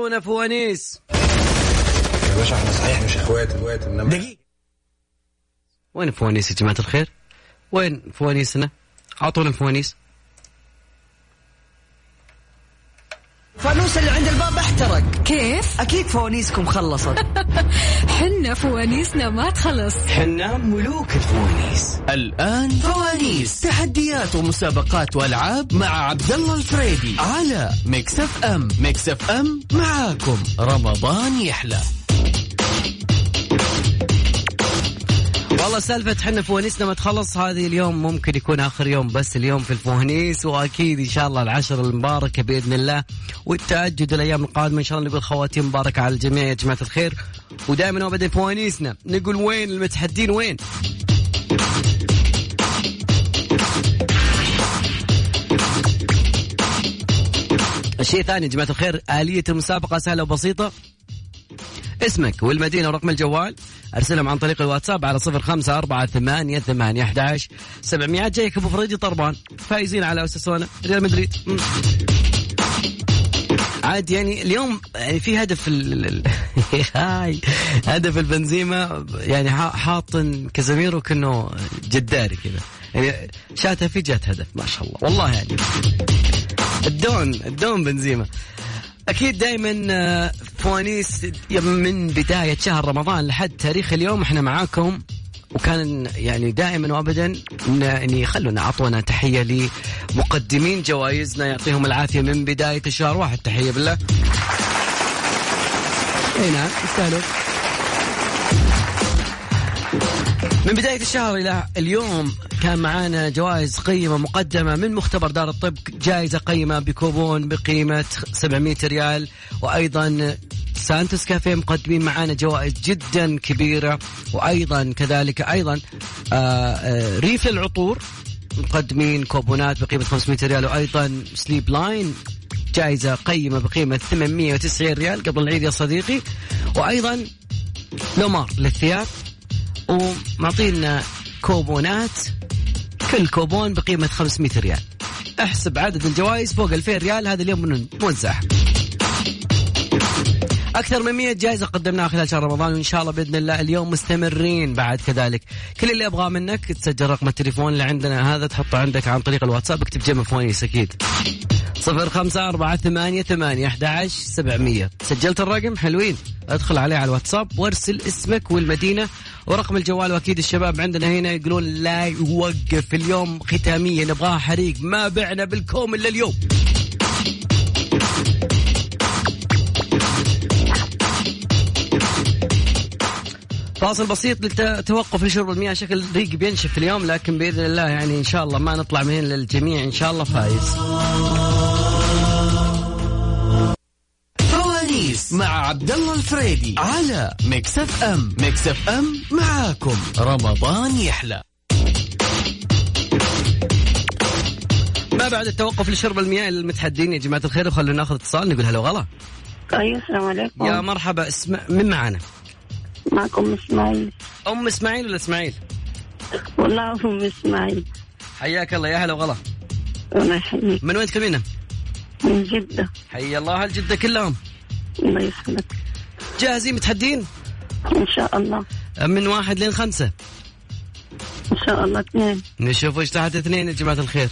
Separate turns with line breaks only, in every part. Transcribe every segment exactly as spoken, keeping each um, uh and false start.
اعطونا فوانيس
يا باشا. احنا صحيح مش اخوات اخوات انما
دقيقة. وين فوانيس يا جماعة الخير؟ وين فوانيسنا؟ اعطونا الفوانيس.
فانوس اللي عند الباب احترق.
كيف؟
أكيد فوانيسكم خلصت.
حنا فوانيسنا ما تخلص.
حنا ملوك الفوانيس.
الآن فوانيس، تحديات ومسابقات وألعاب مع عبد الله الفريدي على ميكس اف ام. ميكس اف ام معاكم رمضان يحلى.
والله سالفة حنا فوانيسنا ما تخلص. هذه اليوم ممكن يكون آخر يوم بس اليوم في الفوانيس، وأكيد إن شاء الله العشر المباركة بإذن الله والتأجد الأيام القادمة إن شاء الله نقول خواتيم مباركة على الجميع يا جماعة الخير. ودائما وابدا فوانيسنا نقول وين المتحدين وين. الشيء ثاني يا جماعة الخير، آلية المسابقة سهلة وبسيطة. اسمك والمدينة ورقم الجوال أرسلهم عن طريق الواتساب على صفر خمسة أربعة ثمانية ثمانية أحد عشر سبعمية. جايك أبو فريدي طربان، فايزين على أساسونا ريال مدريد. عاد يعني اليوم يعني في هدف ال... هاي هدف البنزيمة يعني حاطن كازيميرو كأنه جداري كذا يعني شاتها في جات هدف ما شاء الله والله يعني الدون الدون بنزيمة. أكيد دائما فوانيس من بداية شهر رمضان لحد تاريخ اليوم احنا معاكم، وكان يعني دائما وابدا يعني خلونا اعطونا تحية لمقدمين جوائزنا يعطيهم العافية من بداية الشهر. واحد تحية بالله. هنا يستاهلوا من بداية الشهر إلى اليوم. كان معانا جوائز قيمة مقدمة من مختبر دار الطب، جائزة قيمة بكوبون بقيمة سبعمية ريال، وأيضا سانتوس كافيه مقدمين معانا جوائز جدا كبيرة، وأيضا كذلك أيضا آآ آآ ريف للعطور مقدمين كوبونات بقيمة خمسمية ريال، وأيضا سليب لاين جائزة قيمة بقيمة ثمانمية وتسعين ريال قبل العيد يا صديقي، وأيضا لومار للثياب ومعطينا كوبونات كل كوبون بقيمة خمسمية ريال. احسب عدد الجوائز فوق ألفين ريال هذا اليوم موزع. أكثر من مية جائزة قدمناها خلال شهر رمضان، وإن شاء الله بإذن الله اليوم مستمرين بعد كذلك. كل اللي أبغاه منك تسجل رقم التليفون اللي عندنا هذا تحطه عندك عن طريق الواتساب، اكتب جمع فوانيس أكيد صفر خمسة أربعة ثمانية ثمانية أحد عشر سبعمية. سجلت الرقم؟ حلوين. ادخل عليه على الواتساب وارسل اسمك والمدينة ورقم الجوال. وأكيد الشباب عندنا هنا يقولون لا يوقف اليوم ختامية، نبغاها حريق، ما بعنا بالكوم إلا اليوم. فاصل بسيط للتوقف لشرب المياه. شكل ريق بينشف اليوم، لكن بإذن الله يعني إن شاء الله ما نطلع من هنا للجميع إن شاء الله فايز.
فوانيس مع عبد الله الفريدي على ميكس اف ام. ميكس اف ام معاكم رمضان يحلى.
ما بعد التوقف لشرب المياه للمتحدين يا جماعة الخير، وخلونا ناخذ اتصال نقول هلا وغلا.
أيوة السلام عليكم.
يا مرحبا. اسم من معنا؟
معكم إسماعيل.
أم إسماعيل ولا إسماعيل؟
والله أم إسماعيل.
حياك الله. يا هلا وغلا.
الله يحييك.
من وين تكلمينا؟
من جدة.
حي الله الجدة كلهم.
الله يسلمك.
جاهزين متحدين؟
إن شاء الله.
من واحد لين خمسة.
إن شاء الله اثنين.
نشوف إيش تحت اثنين يا جماعة الخير.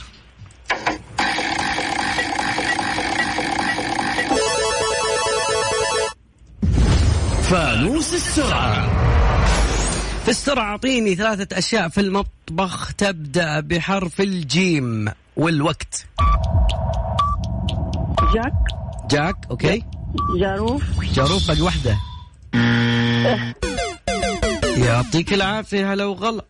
فانوس السرعة.
في السرعة أعطيني ثلاثة أشياء في المطبخ تبدأ بحرف الجيم والوقت.
جاك.
جاك أوكي.
جاروف.
جاروف باقي واحدة. يعطيك العافية. هلا وغلا.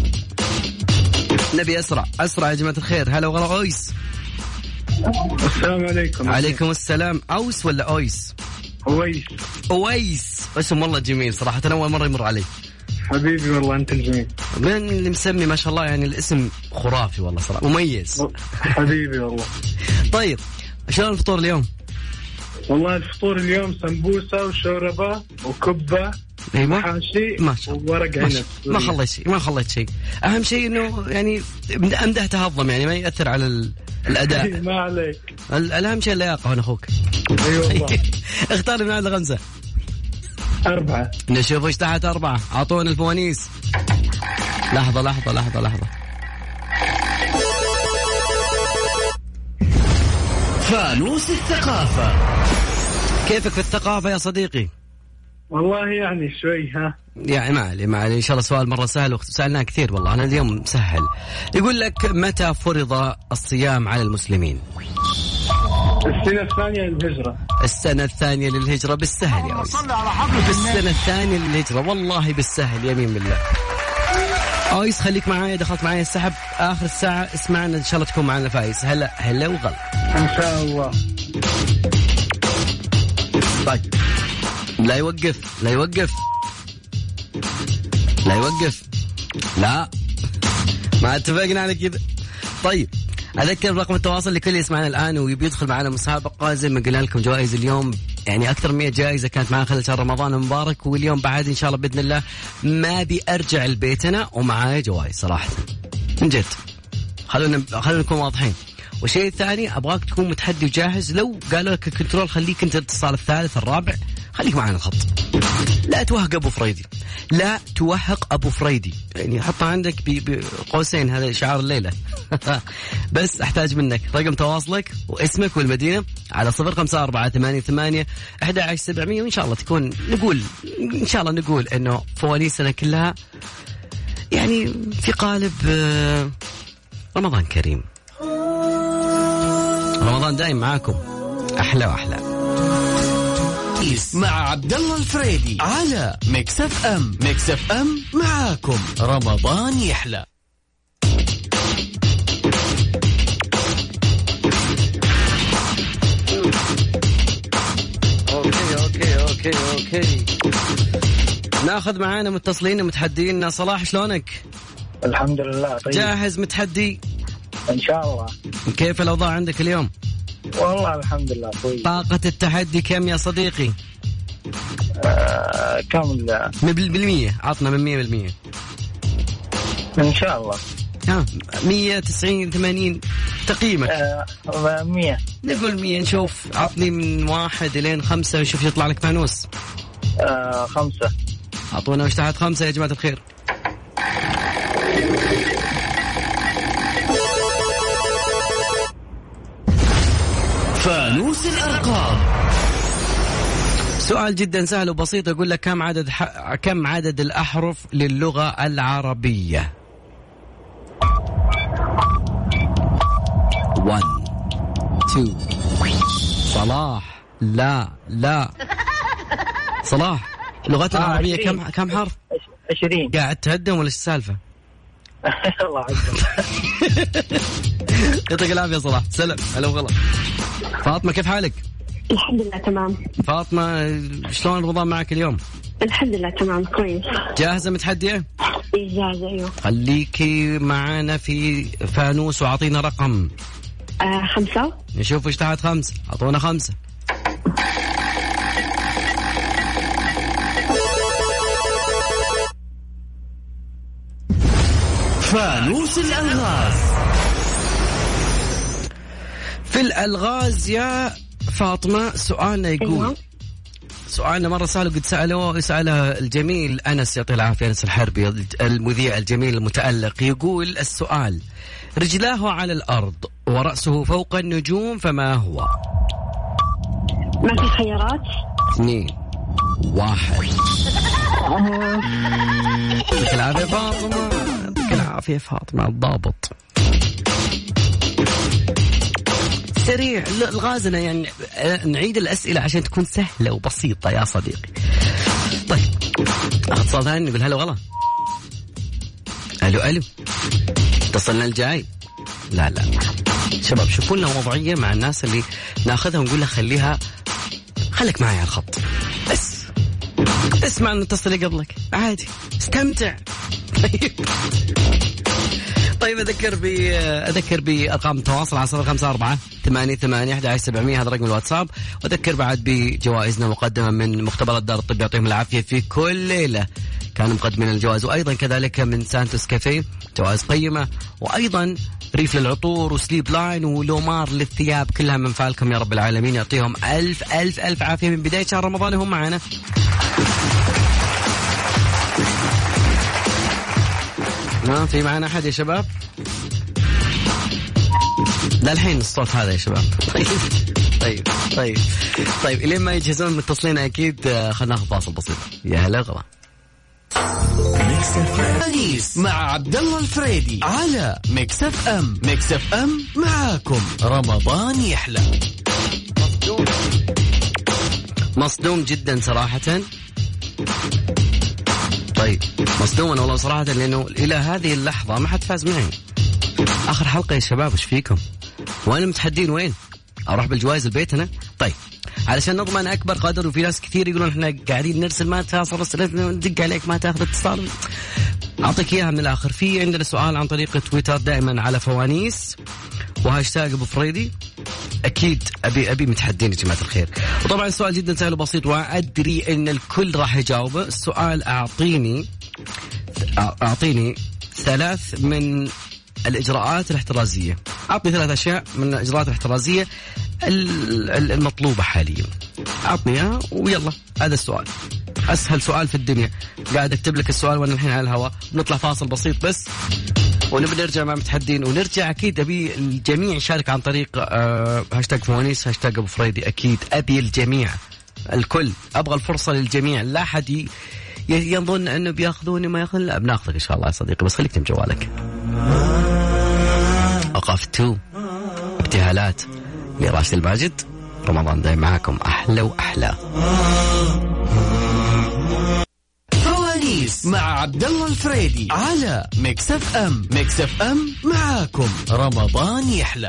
نبي أسرع أسرع يا جماعة الخير. هلا وغلا. أويس.
السلام عليكم.
عليكم السلام. أوس ولا أويس؟
أويس.
أويس اسم والله جميل صراحة، أنا أول مرة يمر علي.
حبيبي والله أنت الجميل.
من اللي مسمي ما شاء الله يعني الاسم خرافي والله صراحة مميز.
حبيبي والله.
طيب شلون الفطور اليوم؟
والله الفطور اليوم سمبوسة وشوربة وكبة وحاشي وورق عنب.
ما خليت شيء ما خليت شيء. أهم شيء إنه يعني أمده تهضم يعني ما يأثر على الأداء.
ما عليك.
الأهم شيء اللياقة هنا أخوك.
أي والله.
اختار من عدد خمسة.
أربعة.
نشوف إيش تحت أربعة. أعطونا الفوانيس. لحظة لحظة لحظة لحظة.
فانوس الثقافة.
كيفك في الثقافة يا صديقي؟
والله يعني شوي ها.
يعني ما علي ما علي إن شاء الله سؤال مرة سهل وسألناه كثير والله أنا اليوم سهل. يقول لك متى فرض الصيام على المسلمين؟
السنة الثانية للهجرة.
السنة الثانية للهجرة بالسهل يا أويس. بالسنة الثانية للهجرة والله بالسهل يمين بالله. أويس خليك معايا دخلت معايا السحب آخر الساعة اسمعنا إن شاء الله تكون معنا فايز. هلا هلا وغلا
إن شاء الله.
طيب لا يوقف لا يوقف لا يوقف لا ما اتفقنا على كذا. طيب أذكر رقم التواصل لكل يسمعنا الآن ويبي يدخل معنا مسابقة زي ما قلنا لكم جوائز اليوم يعني أكثر من مئة جائزة كانت معنا خلال شهر رمضان المبارك واليوم بعد إن شاء الله بإذن الله ما بيرجع لبيتنا ومعايا جوائز صراحة من جد. خلونا خلونا نكون واضحين. والشيء الثاني أبغاك تكون متحدي وجاهز. لو قالوا لك الكنترول خليك أنت الاتصال الثالث الرابع خليك معنا الخط. لا توهق أبو فريدي لا توهق أبو فريدي يعني حطها عندك بقوسين هذا شعار الليلة. بس أحتاج منك رقم تواصلك واسمك والمدينة على صفر خمسة أربعة ثمانية ثمانية أحد عشر سبعمية وإن شاء الله تكون نقول إن شاء الله نقول إنه فوانيسنا كلها يعني في قالب رمضان كريم. رمضان دائم معاكم أحلى وأحلى
مع عبد الله الفريدي على ميكس اف ام. ميكس اف ام معاكم رمضان يحلى.
اوكي اوكي اوكي اوكي ناخذ معانا متصلين متحدين. صلاح شلونك؟
الحمد لله. طيب
جاهز متحدي
ان شاء الله.
كيف الاوضاع عندك اليوم؟
والله الحمد لله طيب.
طاقة التحدي كم يا صديقي؟
آه كم
بالمية؟ عطنا من مية بالمية
ان شاء الله.
ها مية تسعين ثمانين تقييمك؟
آه مية.
نقول مية نشوف. عطني من واحد لين خمسة ونشوف يطلع لك فانوس.
آه خمسة.
أعطونا وش تحت خمسة يا جماعة الخير.
فانوس الأرقام.
سؤال جدا سهل وبسيط يقول لك كم عدد ح... كم عدد الأحرف للغة العربية؟ واحد اثنين صلاح لا لا صلاح لغتنا
آه
العربية
عشرين.
كم كم حرف؟
عشرين.
قاعد تهدم ولا ايش السالفة؟
الله عزك.
يعطيك العافية صلاح. سلام هلا وغلا. فاطمة كيف حالك؟
الحمد لله تمام.
فاطمة شلون رمضان معك اليوم؟
الحمد لله تمام كويس.
جاهزة متحدية؟
إيه جاهزة أيوه.
خليكي معانا في فانوس وعطينا رقم.
آه خمسة.
نشوف ايش تحت خمسة. أعطونا خمسة.
فانوس الألغاز.
في الألغاز يا فاطمة سؤالنا يقول
أيوه.
سؤالنا مرة سهل وقد سأله سأله الجميل أنس يعطيه العافية أنس الحربي المذيع الجميل المتألق. يقول السؤال رجلاه على الأرض ورأسه فوق النجوم فما هو؟
ما في خيارات.
اثنين واحد. يعطيك العافية فاطمة. يعطيك العافية فاطمة الضابط سريع. الغازنا يعني نعيد الأسئلة عشان تكون سهلة وبسيطة يا صديقي. طيب أخذ صوت ثاني نقول هلا والله. ألو ألو اتصلنا الجاي. لا لا شباب شوفوا لنا وضعية مع الناس اللي ناخذها ونقول لها خليها خليك معي على الخط بس اسمع المتصل اللي قبلك عادي استمتع. طيب طيب أذكر ب أذكر بأرقام التواصل على صفر خمسة أربعة ثمانية ثمانية أحد عشر سبعمية هذا رقم الواتساب. وأذكر بعد بجوائزنا مقدمة من مختبرات دار الطب يعطيهم العافية في كل ليلة كانوا مقدمين الجوائز، وأيضا كذلك من سانتوس كافيه جوائز قيمة، وأيضا ريف للعطور وسليب لاين ولومار للثياب، كلها من فعلكم يا رب العالمين. يعطيهم ألف ألف ألف عافية من بداية شهر رمضان هم معنا. ما في معنا أحد يا شباب؟ لا الحين الصوت هذا يا شباب. طيب طيب طيب طيب إلين ما يجهزون متصلين أكيد. خلنا ناخذ فاصل بسيط. يا هلا غلا.
فوانيس مع عبد الله الفريدي على ميكس اف ام. ميكس اف ام معاكم رمضان يحلى.
مصدوم مصدوم جدا صراحة. طيب مصدوم أنا والله صراحة، لأنه إلى هذه اللحظة ما حد فاز معي. آخر حلقة يا شباب، وش فيكم؟ وين المتحدين؟ وين أروح بالجوائز البيت أنا؟ طيب علشان نضمن أكبر قدر، وفي ناس كثير يقولون إحنا قاعدين نرسل ما تواصل، رسل ندق عليك ما تأخذ اتصال. أعطيك إياها من الآخر. في عندنا سؤال عن طريق تويتر دائما على فوانيس وهاشتاج أبو فريدي. أكيد أبي أبي متحدين يا جماعة الخير. وطبعا السؤال جدا سهل وبسيط، وأدري إن الكل راح يجاوبه. السؤال أعطيني أعطيني ثلاث من الإجراءات الاحترازية. أعطني ثلاث أشياء من الإجراءات الاحترازية المطلوبة حاليا. أعطني إياها ويلا. هذا السؤال أسهل سؤال في الدنيا. قاعد أكتب لك السؤال وأنا الحين على الهواء. نطلع فاصل بسيط بس ونبي نرجع مع متحدين، ونرجع أكيد أبي الجميع يشارك عن طريق آه هاشتاج فوانيس هاشتاج أبو فريدي. أكيد أبي الجميع، الكل، أبغى الفرصة للجميع. لا حد ي... يظن أنه بياخذوني ما ياخذ. لا بناخذك إن شاء الله يا صديقي، بس خليك تم جوالك. أوقفتو ابتهالات لراشد الماجد. رمضان دايم معاكم أحلى وأحلى.
فوانيس مع عبد الله الفريدي على ميكس اف ام. ميكس اف ام معاكم رمضان يحلى.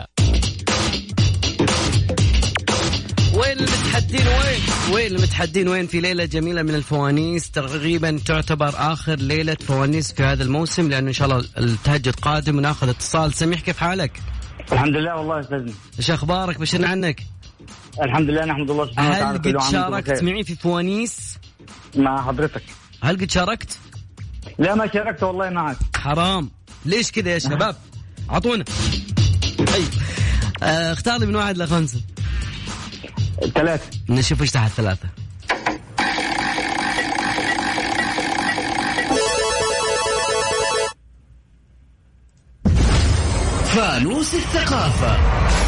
وين المتحدين؟ وين وين المتحدين؟ وين في ليلة جميلة من الفوانيس؟ تقريبا تعتبر آخر ليلة فوانيس في هذا الموسم، لأنه إن شاء الله التهجد قادم وناخذ اتصال. سميح كيف حالك؟
الحمد لله والله استاذني.
ايش اخبارك؟ بشرنا عنك.
الحمد لله نحمد الله سبحانه وتعالى.
هل قد شاركت معي في فوانيس
مع حضرتك؟
هل قد شاركت؟
لا ما شاركت والله معك.
حرام. ليش كذا يا شباب؟ عطونا. طيب آه اختار لي من واحد لخمسة.
ثلاثة.
نشوف ايش تحت ثلاثة.
فانوس الثقافة.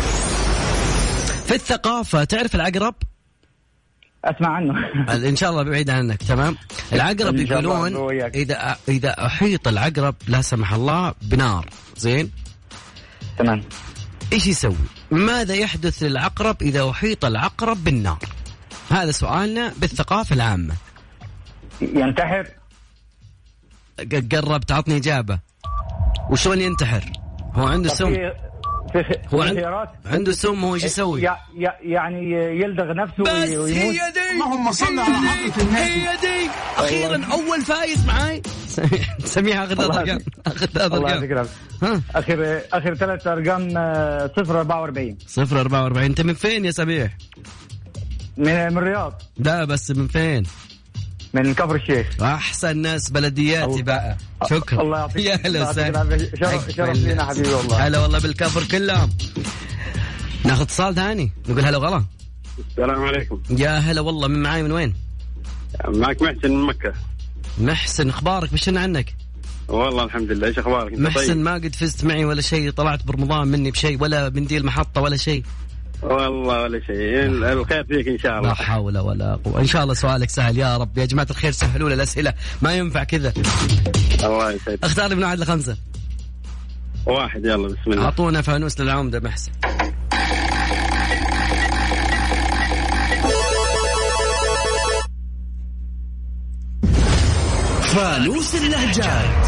في الثقافة تعرف العقرب؟
أسمع عنه.
إن شاء الله بعيد عنك. تمام. العقرب يقولون إذا إذا أحيط العقرب لا سمح الله بنار، زين؟
تمام.
إيش يسوي؟ ماذا يحدث للعقرب إذا أحيط العقرب بالنار؟ هذا سؤالنا بالثقافة العامة.
ينتحر.
قرب تعطني إجابة. وشون ينتحر؟ هو عنده سم. هو عنده عنده سم. هو ايش يسوي؟
يعني يلدغ نفسه
بس
ويموت.
هي دي. اللهم صل على حضرة النبي. هي دي. اخيرا اول فايز معاي. سميها اخر ثلاث ارقام. اخر ثلاث ارقام.
ها اخر اخر ثلاث ارقام صفر أربعة وأربعين.
صفر أربعة وأربعين. انت من فين يا سميح؟
من من الرياض.
لا بس من فين؟
من كفر الشيخ.
احسن ناس بلدياتي بقى. شكرا.
الله يعطيك.
يا هلا وسهلا.
شرف شرف لينا حبيبي والله.
هلا والله بالكفر كلهم. ناخذ اتصال ثاني نقول هلا وغلا.
السلام عليكم.
يا هلا والله. من معاي من وين؟
معك محسن من مكة.
محسن اخبارك؟ بشرنا عنك.
والله الحمد لله. ايش اخبارك انت؟
محسن
طيب.
ما قد فزت معي ولا شيء. طلعت برمضان مني بشيء ولا منديل محطة ولا شيء.
والله ولا شيء. الخير فيك ان شاء الله.
لا حول ولا قوة. ان شاء الله سؤالك سهل يا رب. يا جماعة الخير سهلوا لي الأسئلة، ما ينفع كذا.
الله يسعدك.
اختار لي من واحد لخمسة.
واحد. يلا بسم الله.
اعطونا فانوس للعمدة محسن.
فانوس اللهجات.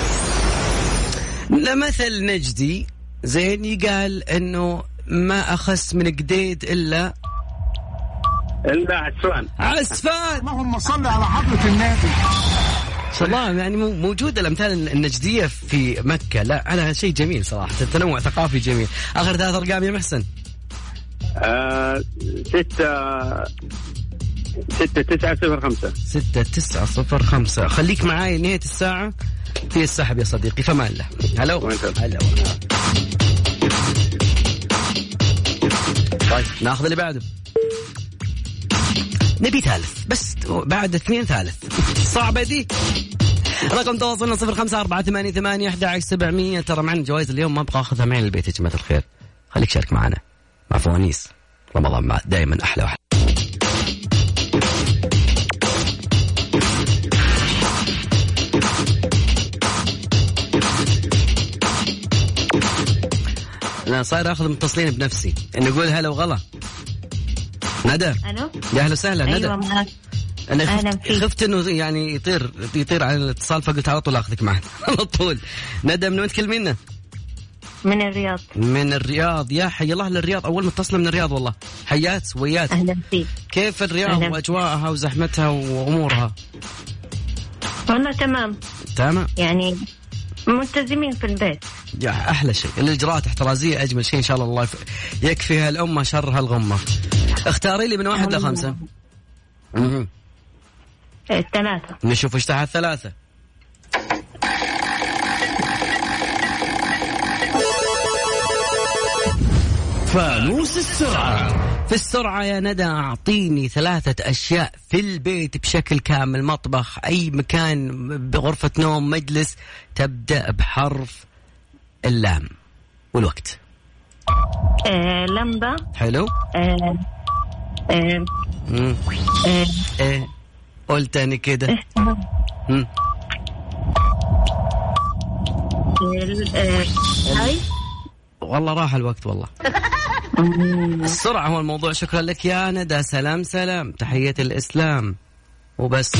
لمثل نجدي زين يقال انه ما أخس من قديد إلا
إلا عسفان.
عسفان.
اللهم صل على حضرة النبي.
شاء الله يعني موجود الأمثال النجدية في مكة. لا أنا شيء جميل صراحة. تنوع ثقافي جميل. آخر ثلاث أرقام يا محسن.
آه ستة ستة تسعة صفر خمسة.
ستة تسعة صفر خمسة. خليك معاي نهاية الساعة في السحب يا صديقي. فمان الله. هلو هلا. طيب ناخذ اللي بعده. نبي ثالث بس بعد اثنين ثالث. صعبة دي. رقم تواصلنا صفر خمسة أربعة ثمانية ثمانية أحد عشر سبعمية. ترى معنا جوائز اليوم ما أبغى أخذها معي للبيت يا جماعة الخير. خليك شارك معنا مع فوانيس رمضان مع دائما أحلى واحد. أنا صاير أخذ متصلين بنفسي نقول هلا وغلا. ندى.
ألو.
يا أهلا وسهلا ندى.
أيوة
أنا خفت, خفت إنه يعني يطير يطير على الاتصال فقلت على طول أخذك معنا على طول. ندى من وين تكلمينا؟
من الرياض.
من الرياض. يا حي الله للرياض. أول متصلة من الرياض والله. حيات ويات.
أهلا فيك.
كيف الرياض وأجواءها وزحمتها وأمورها؟
والله تمام.
تمام.
يعني ملتزمين في البيت.
يا أحلى شيء. الإجراءات احترازية أجمل شيء إن شاء الله. الله يكفيها الأمة شرها الغمة. اختاري لي من واحد لخمسة.
اها. الثلاثة.
نشوف ايش تحت ثلاثة.
فانوس السرعة.
في السرعة يا ندى أعطيني ثلاثة أشياء في البيت بشكل كامل، مطبخ أي مكان بغرفة نوم مجلس، تبدأ بحرف اللام والوقت.
آه، لمبة.
حلو.
آه، آه،
آه، آه، قلت أنا كده.
آه، هاي
والله راح الوقت والله. السرعة هو الموضوع. شكرا لك يا ندى. سلام سلام. تحية الإسلام وبس.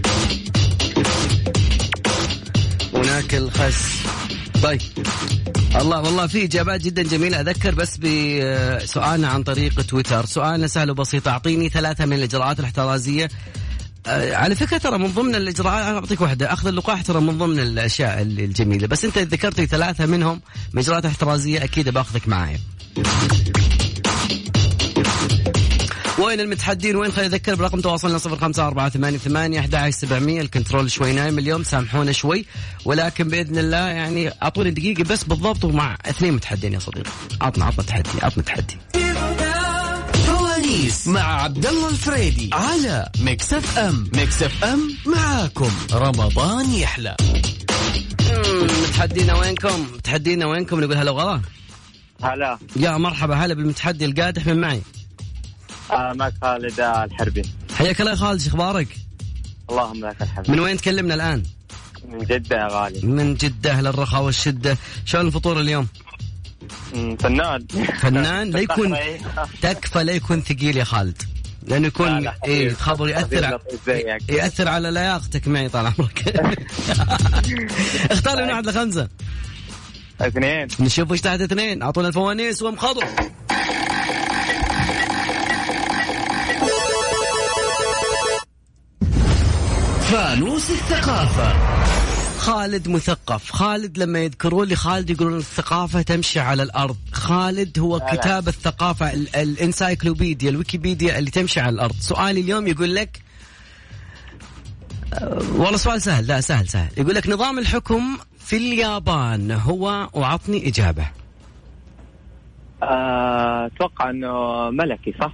وناكل خس. طيب الله والله في إجابات جدا جميلة. أذكر بس بسؤالنا عن طريق تويتر. سؤالنا سهل وبسيط. أعطيني ثلاثة من الإجراءات الاحترازية. على فكرة ترى من ضمن الإجراءات أنا أعطيك واحدة. أخذ اللقاح ترى من ضمن الأشياء الجميلة، بس أنت ذكرت ثلاثة منهم من إجراءات احترازية أكيد بأخذك معايا. وين المتحدين وين؟ خلي أذكر برقم تواصلنا صفر خمسة أربعة ثمانية ثمانية أحد عشر سبعمية. الكنترول شوي نايم اليوم، سامحونا شوي، ولكن بإذن الله يعني أعطوني دقيقة بس بالضبط ومع اثنين متحدين يا صديقي. عطنا عطنا تحدي عطنا تحدي.
فوانيس مع عبد الله الفريدي على ميكس اف ام. ميكس اف ام معاكم رمضان يحلى.
متحدينا وينكم؟ متحدينا وينكم؟ نقول هلا وغلا.
هلا
يا مرحبا. هلا بالمتحدي القادح من معي.
آه معك خالد الحربي.
حياك الله يا خالد. اخبارك؟
اللهم لك الحمد.
من وين تكلمنا الآن؟
من جدة يا غالي.
من جدة. أهل الرخاء والشدة. شلون الفطور اليوم؟
فنان
فنان. لا يكون تكفى لا يكون ثقيل يا خالد، لأنه يكون إيه خبر يأثر يأثر على لياقتك معي طال عمرك. اختار لي من واحد لخمسة.
اثنين.
نشوف ايش تحت اثنين. أعطونا الفوانيس ومخضر.
فانوس الثقافة.
خالد مثقف. خالد لما يذكرون لي خالد يقولون الثقافة تمشي على الأرض. خالد هو كتاب الثقافة، الانسايكلوبيديا، الويكيبيديا اللي تمشي على الأرض. سؤالي اليوم يقول لك أه والله سؤال سهل. لا سهل سهل. يقول لك نظام الحكم في اليابان هو، وعطني إجابة.
أتوقع أنه ملكي صح؟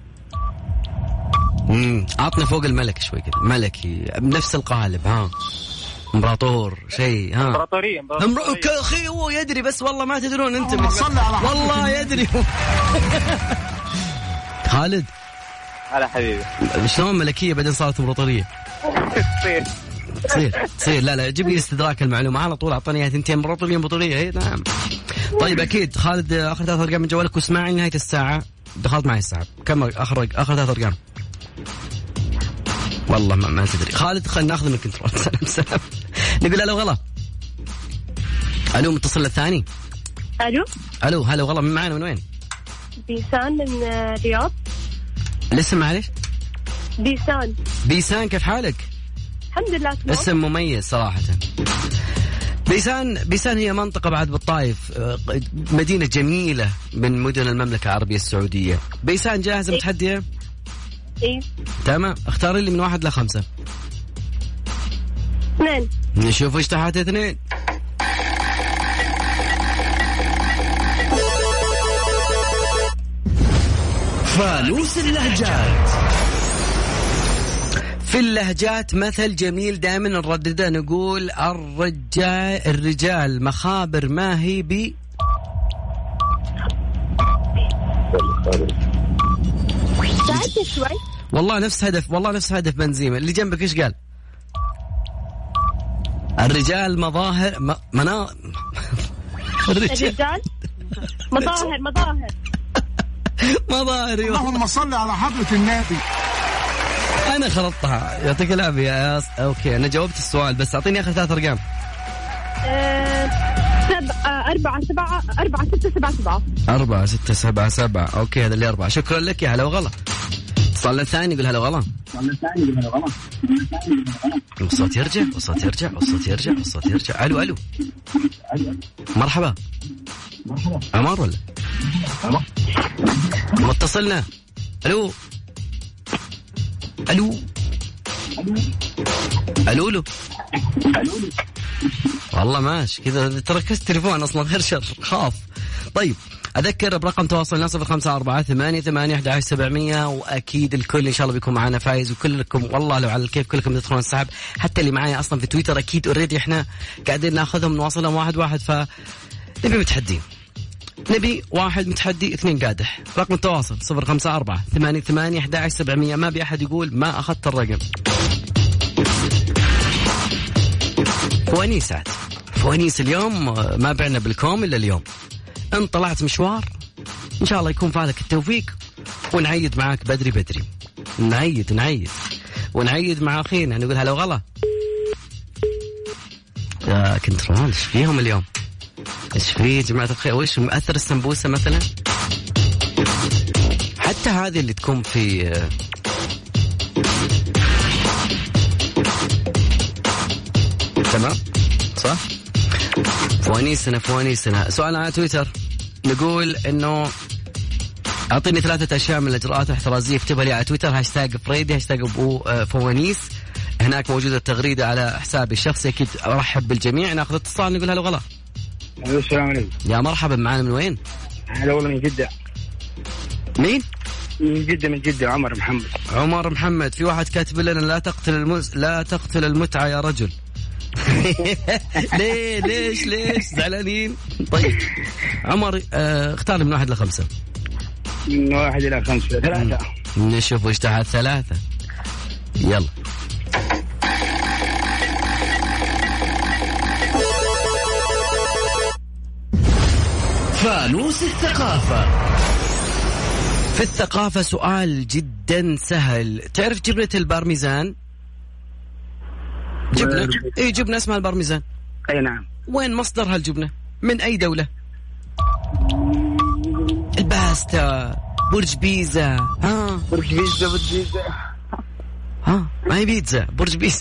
امم عطنا فوق الملك شوي كده. ملكي بنفس القالب. ها امبراطور شيء. ها
امبراطورية.
امبراطورية اخي هو يدري بس والله ما تدرون انت. والله يدري. خالد
هلا حبيبي.
شلون ملكية بعدين صارت امبراطورية؟
تصير
تصير تصير لا لا جيب لي استدراك المعلومة على طول. اعطاني اياها ثنتين. امبراطورية امبراطورية. اي نعم. طيب اكيد خالد اخر ثلاث ارقام من جوالك واسمعني نهاية الساعة. دخلت معي الساعة. كم اخر اخر ثلاث ارقام؟ والله ما, ما تدري. خالد خلينا ناخذ من الكنترول. سلام سلام. نقول الو غلا. الو متصل الثاني.
الو
الو هلا وغلا. من معنا من وين؟
بيسان من الرياض.
لسه معلش.
بيسان.
بيسان كيف حالك؟
الحمد لله تمام.
اسم مميز صراحة. بيسان بيسان هي منطقة بعد بالطائف، مدينة جميلة من مدن المملكة العربية السعودية. بيسان جاهزة متحدية؟
إيه.
تمام، اختاري لي من واحد لخمسة.
اثنين.
نشوف ايش تحت اثنين.
فانوس اللهجات.
في اللهجات مثل جميل دائما نردده، نقول الرجال الرجال مخابر ما هي ب
ساعدني شوي.
والله نفس هدف، والله نفس هدف بنزيمة. اللي جنبك ايش قال؟ الرجال مظاهر م... منا
الرجال مظاهر مظاهر
مظاهر.
اللهم صل على حضرة النبي.
أنا خلطتها، يعطيك العافية يا أص... أوكي أنا جاوبت السؤال، بس أعطيني آخر ثلاث أرقام.
أه... سبعة أربعة سبعة أربعة ستة سبعة سبعة
أربعة ستة سبعة سبعة. أوكي هذا اللي أربعة. شكرا لك يا هلا وغلا. صلنا الثاني يقول هلا وغلا.
صلنا الثاني يقول هلا وغلا.
والصوت يرجع والصوت يرجع والصوت يرجع والصوت يرجع. ألو ألو. مرحبا.
مرحبا.
عمار ولا؟ متصلنا. ألو ألو ألو ألو والله ماشي كذا، تركز تليفون أصلا غير شر خاف. طيب أذكر برقم تواصلنا صفر خمسة أربعة ثمانية ثمانية أحد عشر سبعمية، وأكيد الكل إن شاء الله بيكون معنا فايز، وكلكم والله لو على الكيف كلكم تدخلون السحب، حتى اللي معايا أصلا في تويتر أكيد أوريدي إحنا قاعدين ناخذهم نواصلهم واحد واحد، فنبي متحدين، نبي واحد متحدي اثنين قادح. رقم التواصل صفر خمسة أربعة ثمانية ثمانية أحد عشر سبعمية. ما بي أحد يقول ما أخذت الرقم. فوانيسات فوانيس اليوم ما بعنا بالكوم إلا اليوم. إن طلعت مشوار إن شاء الله يكون فالك التوفيق، ونعيد معاك بدري بدري، نعيد نعيد ونعيد مع أخينا نقول هلا وغلا. يا كنترول إيش فيهم اليوم؟ إيش فيه جماعة الخير؟ وإيش مأثر السمبوسة مثلا؟ حتى هذه اللي تكون في تمام صح؟ فوانيسنا فوانيسنا. سؤال على تويتر نقول إنه أعطيني ثلاثة أشياء من الإجراءات الاحترازية، اكتبها لي على تويتر هاشتاج فريدي هاشتاج أبو فوانيس. هناك موجودة التغريدة على حسابي الشخصي. أكيد أرحب بالجميع. ناخذ اتصال نقول هلا وغلا.
السلام عليكم.
يا مرحبا، معنا من وين؟
هلا والله من جدة.
مين؟
من جدة من جدة عمر محمد.
عمر محمد. في واحد كاتب لنا لا تقتل المز... لا تقتل المتعة يا رجل. ليه ليش ليش زعلانين؟ طيب عمر اه اختار من واحد لخمسة.
من واحد إلى خمسة. ثلاثة.
نشوف وش تحت ثلاثة. يلا.
فانوس الثقافة.
في الثقافة سؤال جدا سهل. تعرف جبنة البارميزان؟ جبنة اي جبنة اسمها البارميزان.
اي نعم.
وين مصدر هالجبنة؟ من اي دولة؟ الباستا، برج بيزا. ها
برج بيزا برج بيزا
ها ما هي بيتزا، برج بيزا.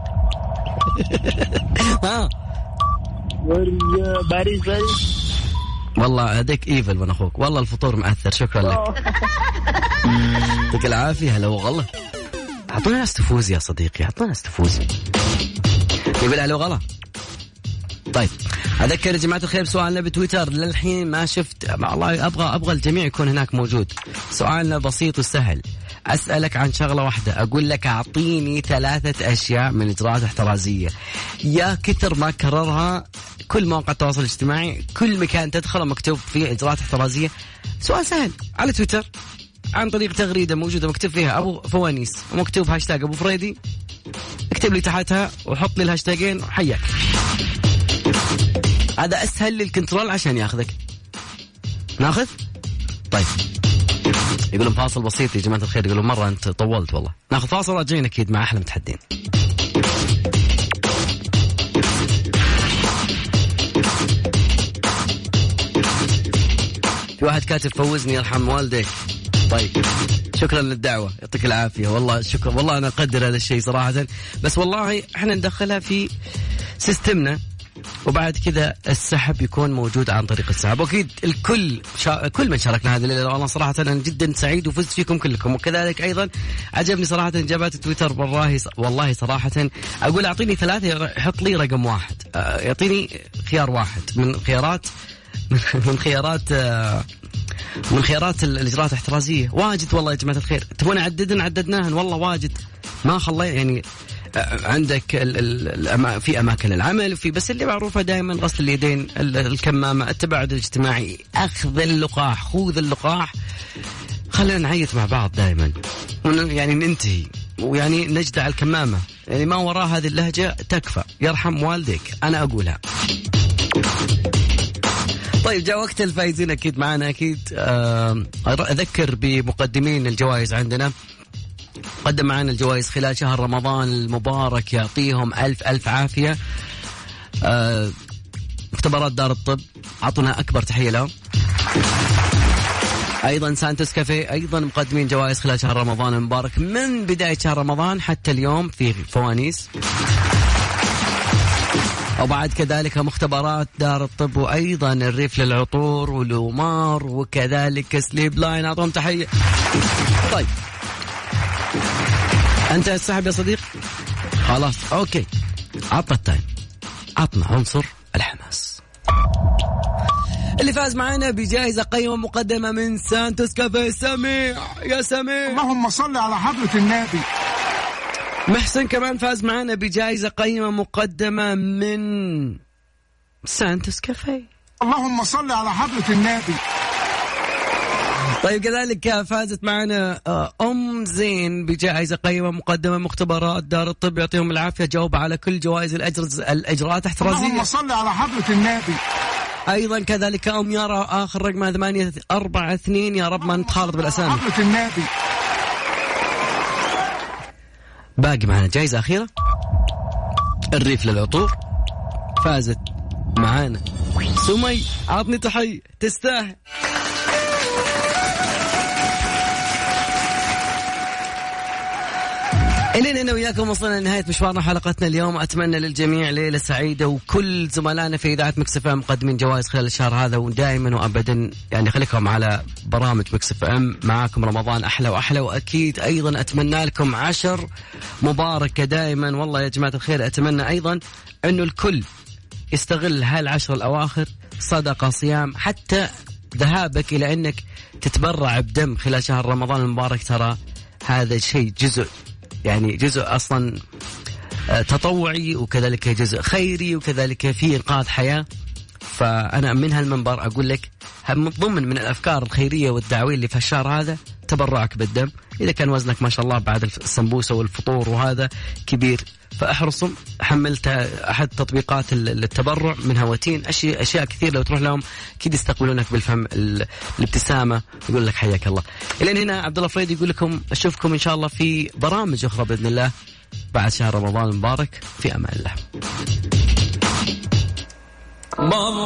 ها
برج باريس باريس.
والله هديك ايفل من اخوك، والله الفطور مأثر. شكرا لك. يعطيك العافية. هلا وغلا. اعطونا ناس تفوز يا صديقي، اعطونا ناس تفوز. يقول هلا وغلا. طيب اذكر يا جماعة الخير سؤالنا بتويتر للحين ما شفت، والله ابغى ابغى الجميع يكون هناك موجود. سؤالنا بسيط وسهل. أسألك عن شغلة واحدة، أقول لك أعطيني ثلاثة أشياء من إجراءات احترازية. يا كثر ما كررها كل مواقع التواصل الاجتماعي، كل مكان تدخله مكتوب فيه إجراءات احترازية. سؤال سهل على تويتر عن طريق تغريدة موجودة مكتوب فيها أبو فوانيس ومكتوب هاشتاج أبو فريدي. اكتب لي تحتها وحط لي الهاشتاجين وحياك. هذا أسهل للكنترول عشان ياخذك. ناخذ؟ طيب يقولون فاصل بسيط يا جماعة الخير، يقولون مرة أنت طولت والله. ناخذ فاصل راجعين أكيد مع أحلى متحدين. في واحد كاتب فوزني يرحم والديك. طيب شكرا للدعوة، يعطيك العافية. والله شكرا، والله أنا أقدر هذا الشيء صراحة، بس والله إحنا ندخلها في سيستمنا وبعد كذا السحب يكون موجود عن طريق السحب. واكيد الكل شا... كل من شاركنا هذه الليله والله صراحه انا جدا سعيد وفزت فيكم كلكم. وكذلك ايضا عجبني صراحه اجابات تويتر والله والله صراحه اقول اعطيني ثلاثه يحط لي رقم واحد، يعطيني خيار واحد من خيارات من خيارات من خيارات الاجراءات الاحترازيه. واجد والله يا جماعه الخير، تبون نعددن عددناهن والله واجد ما خلي يعني. عندك ال ال في أماكن العمل في بس اللي معروفة دائما غسل اليدين، الكمامة، التباعد الاجتماعي، أخذ اللقاح، خوذ اللقاح. خلينا نعيط مع بعض دائما يعني ننتهي ويعني نجدع الكمامة، يعني ما وراء هذه اللهجة تكفى، يرحم والديك أنا أقولها. طيب جاء وقت الفائزين أكيد معنا أكيد. أذكر بمقدمين الجوائز عندنا. قدم معنا الجوائز خلال شهر رمضان المبارك، يعطيهم ألف ألف عافية. آه، مختبرات دار الطب عطنا أكبر تحية لهم. أيضا سانتوس كافيه أيضا مقدمين جوائز خلال شهر رمضان المبارك من بداية شهر رمضان حتى اليوم في فوانيس. وبعد كذلك مختبرات دار الطب وأيضا الريف للعطور والأمار وكذلك سليب لاين أعطهم تحية. طيب أنت السحب يا صديق؟ خلاص أوكي، عطنا التايم، عطنا عنصر الحماس. اللي فاز معنا بجائزة قيمة مقدمة من سانتوس كافيه سميع. يا سميع
اللهم صل على حضرة النبي.
محسن كمان فاز معنا بجائزة قيمة مقدمة من سانتوس كافيه.
اللهم صل على حضرة النبي.
طيب كذلك فازت معنا أم زين بجائزة قيمة مقدمة مختبرات دار الطب يعطيهم العافية، جاوب على كل جوائز الإجراءات الاحترازية.
اللهم صل على حضرة النبي.
أيضا كذلك أم يارا آخر رقم ثمانية أربعة اثنين، يا رب ما نتخالط بالأسامي.
حضرة النبي.
باقي معنا جائزة أخيرة الريف للعطور، فازت معنا سمي. عطني تحية تستاهل. إلينا أنا وياكم وصلنا لنهاية مشوارنا حلقتنا اليوم. أتمنى للجميع ليلة سعيدة، وكل زملائنا في إذاعة مكس اف ام مقدمين جوائز خلال الشهر هذا ودائما وأبدا يعني خليكم على برامج مكس اف ام، معاكم رمضان أحلى وأحلى. وأكيد أيضا أتمنى لكم عشر مباركة دائما والله يا جماعة الخير. أتمنى أيضا أنه الكل يستغل هالعشر الأواخر صدقة، صيام، حتى ذهابك إلى أنك تتبرع بدم خلال شهر رمضان المبارك. ترى هذا الشيء جزء يعني جزء أصلا تطوعي وكذلك جزء خيري وكذلك فيه إنقاذ حياة. فأنا من هالمنبر أقول لك من ضمن من الأفكار الخيرية والدعوية اللي في الشهر هذا تبرعك بالدم. إذا كان وزنك ما شاء الله بعد السمبوسة والفطور وهذا كبير، فأحرصوا. حملت أحد تطبيقات التبرع من هواتين، أشياء أشياء كثير لو تروح لهم أكيد يستقبلونك بالفم الابتسامة، يقول لك حياك الله. إلى هنا عبد الله فريد يقول لكم أشوفكم إن شاء الله في برامج أخرى بإذن الله بعد شهر رمضان المبارك. في أمان الله.